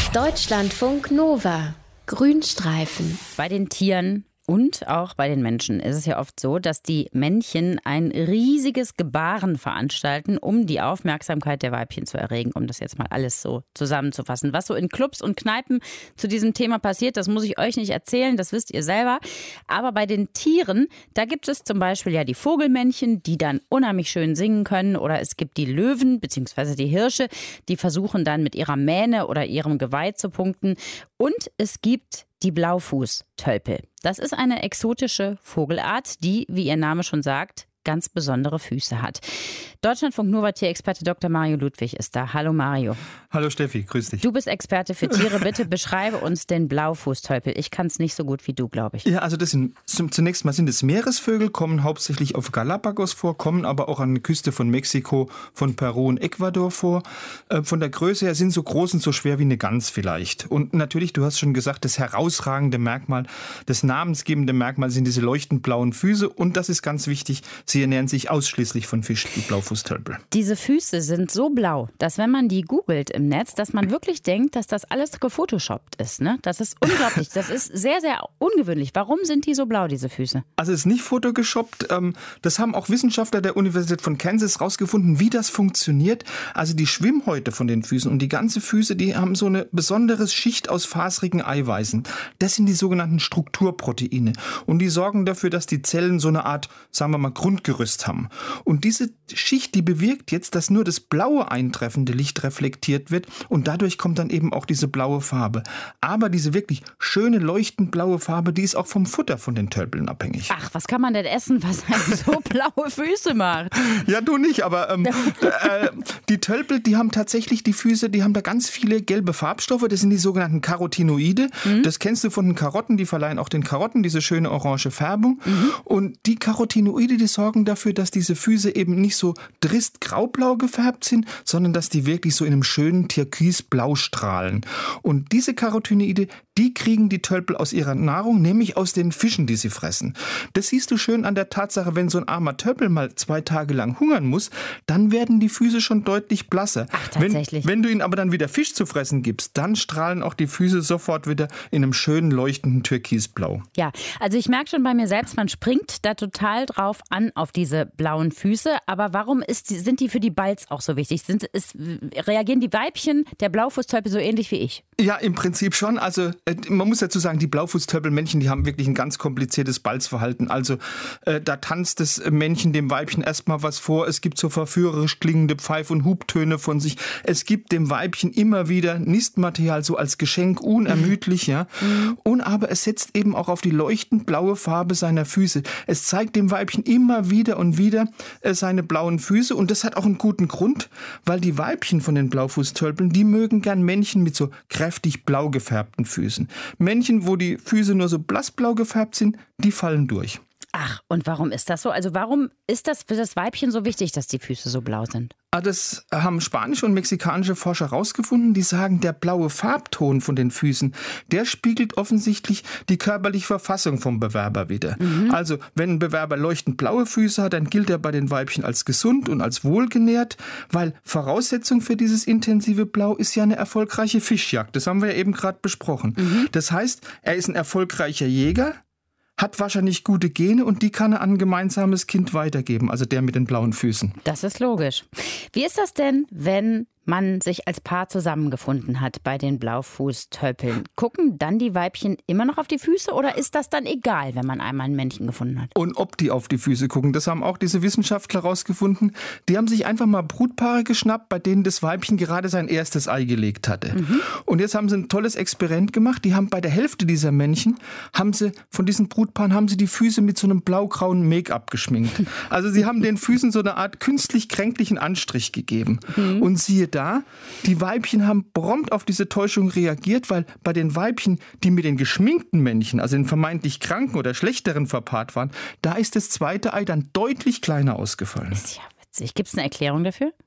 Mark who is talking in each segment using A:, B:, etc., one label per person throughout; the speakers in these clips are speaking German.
A: Deutschlandfunk Nova. Grünstreifen.
B: Bei den Tieren und auch bei den Menschen ist es ja oft so, dass die Männchen ein riesiges Gebaren veranstalten, um die Aufmerksamkeit der Weibchen zu erregen, um das jetzt mal alles so zusammenzufassen. Was so in Clubs und Kneipen zu diesem Thema passiert, das muss ich euch nicht erzählen, das wisst ihr selber. Aber bei den Tieren, da gibt es zum Beispiel ja die Vogelmännchen, die dann unheimlich schön singen können. Oder es gibt die Löwen bzw. die Hirsche, die versuchen dann mit ihrer Mähne oder ihrem Geweih zu punkten. Und es gibt die Blaufußtölpel. Das ist eine exotische Vogelart, die, wie ihr Name schon sagt, ganz besondere Füße hat. Deutschlandfunk Nova Tierexperte Dr. Mario Ludwig ist da. Hallo Mario.
C: Hallo Steffi, grüß dich.
B: Du bist Experte für Tiere. Bitte beschreibe uns den Blaufußtölpel. Ich kann es nicht so gut wie du, glaube ich.
C: Ja, also zunächst mal sind es Meeresvögel, kommen hauptsächlich auf Galapagos vor, kommen aber auch an der Küste von Mexiko, von Peru und Ecuador vor. Von der Größe her sind so groß und so schwer wie eine Gans vielleicht. Und natürlich, du hast schon gesagt, das herausragende Merkmal, das namensgebende Merkmal sind diese leuchtend blauen Füße. Und das ist ganz wichtig, sie ernähren sich ausschließlich von Fisch, die Blaufußtölpel.
B: Diese Füße sind so blau, dass wenn man die googelt im Netz, dass man wirklich denkt, dass das alles gefotoshoppt ist. Ne? Das ist unglaublich. Das ist sehr, sehr ungewöhnlich. Warum sind die so blau, diese Füße?
C: Also es ist nicht photoshoppt. Das haben auch Wissenschaftler der Universität von Kansas rausgefunden, wie das funktioniert. Also die Schwimmhäute von den Füßen und die ganze Füße, die haben so eine besondere Schicht aus faserigen Eiweißen. Das sind die sogenannten Strukturproteine. Und die sorgen dafür, dass die Zellen so eine Art, sagen wir mal, Grundgerüst haben. Und diese Schicht, die bewirkt jetzt, dass nur das blaue eintreffende Licht reflektiert wird und dadurch kommt dann eben auch diese blaue Farbe. Aber diese wirklich schöne, leuchtend blaue Farbe, die ist auch vom Futter von den Tölpeln abhängig.
B: Ach, was kann man denn essen, was einem so blaue Füße macht?
C: Ja, du nicht, aber die Tölpel, die haben tatsächlich die Füße, die haben da ganz viele gelbe Farbstoffe, das sind die sogenannten Carotinoide. Das kennst du von den Karotten, die verleihen auch den Karotten diese schöne orange Färbung. Und die Carotinoide, die sorgen dafür, dass diese Füße eben nicht so trist graublau gefärbt sind, sondern dass die wirklich so in einem schönen Türkisblau strahlen. Und diese Carotinoide, die kriegen die Tölpel aus ihrer Nahrung, nämlich aus den Fischen, die sie fressen. Das siehst du schön an der Tatsache, wenn so ein armer Tölpel mal 2 Tage lang hungern muss, dann werden die Füße schon deutlich blasser.
B: Ach, tatsächlich.
C: Wenn du ihnen aber dann wieder Fisch zu fressen gibst, dann strahlen auch die Füße sofort wieder in einem schönen leuchtenden Türkisblau.
B: Ja, also ich merke schon bei mir selbst, man springt da total drauf an auf diese blauen Füße. Aber warum sind die für die Balz auch so wichtig? Reagieren die Weibchen der Blaufußtölpel so ähnlich wie ich?
C: Ja, im Prinzip schon. Also man muss dazu sagen, die Blaufußtölpelmännchen, die haben wirklich ein ganz kompliziertes Balzverhalten. Also da tanzt das Männchen dem Weibchen erstmal was vor. Es gibt so verführerisch klingende Pfeif- und Hubtöne von sich. Es gibt dem Weibchen immer wieder Nistmaterial so als Geschenk, unermüdlich. Ja. Und aber es setzt eben auch auf die leuchtend blaue Farbe seiner Füße. Es zeigt dem Weibchen immer wieder und wieder seine blauen Füße. Und das hat auch einen guten Grund, weil die Weibchen von den Blaufußtölpeln, die mögen gern Männchen mit so kräftig blau gefärbten Füßen. Männchen, wo die Füße nur so blassblau gefärbt sind, die fallen durch.
B: Ach, und warum ist das so? Also warum ist das für das Weibchen so wichtig, dass die Füße so blau sind?
C: Das haben spanische und mexikanische Forscher herausgefunden, die sagen, der blaue Farbton von den Füßen, der spiegelt offensichtlich die körperliche Verfassung vom Bewerber wider. Also, wenn ein Bewerber leuchtend blaue Füße hat, dann gilt er bei den Weibchen als gesund und als wohlgenährt, weil Voraussetzung für dieses intensive Blau ist ja eine erfolgreiche Fischjagd. Das haben wir ja eben gerade besprochen. Das heißt, er ist ein erfolgreicher Jäger, hat wahrscheinlich gute Gene und die kann er an ein gemeinsames Kind weitergeben, also der mit den blauen Füßen.
B: Das ist logisch. Wie ist das denn, wenn man sich als Paar zusammengefunden hat bei den Blaufußtölpeln? Gucken dann die Weibchen immer noch auf die Füße oder ist das dann egal, wenn man einmal ein Männchen gefunden hat?
C: Und ob die auf die Füße gucken, das haben auch diese Wissenschaftler rausgefunden. Die haben sich einfach mal Brutpaare geschnappt, bei denen das Weibchen gerade sein erstes Ei gelegt hatte. Und jetzt haben sie ein tolles Experiment gemacht. Die haben bei der Hälfte dieser Männchen, von diesen Brutpaaren, haben sie die Füße mit so einem blaugrauen Make-up geschminkt. Also sie haben den Füßen so eine Art künstlich kränklichen Anstrich gegeben. Und siehe da, die Weibchen haben prompt auf diese Täuschung reagiert, weil bei den Weibchen, die mit den geschminkten Männchen, also den vermeintlich kranken oder schlechteren verpaart waren, da ist das zweite Ei dann deutlich kleiner ausgefallen.
B: Ist ja witzig. Gibt es eine Erklärung dafür?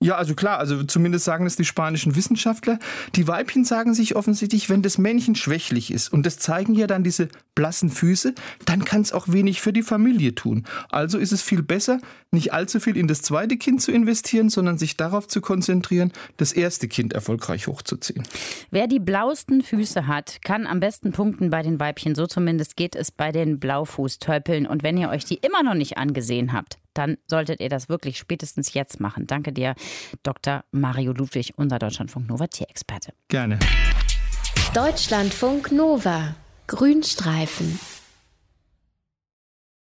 C: Ja, also klar, also zumindest sagen es die spanischen Wissenschaftler. Die Weibchen sagen sich offensichtlich, wenn das Männchen schwächlich ist, und das zeigen ja dann diese blassen Füße, dann kann es auch wenig für die Familie tun. Also ist es viel besser, nicht allzu viel in das zweite Kind zu investieren, sondern sich darauf zu konzentrieren, das erste Kind erfolgreich hochzuziehen.
B: Wer die blauesten Füße hat, kann am besten punkten bei den Weibchen. So zumindest geht es bei den Blaufußtölpeln. Und wenn ihr euch die immer noch nicht angesehen habt, dann solltet ihr das wirklich spätestens jetzt machen. Danke dir, Dr. Mario Ludwig, unser Deutschlandfunk Nova Tierexperte.
C: Gerne.
A: Deutschlandfunk Nova. Grünstreifen.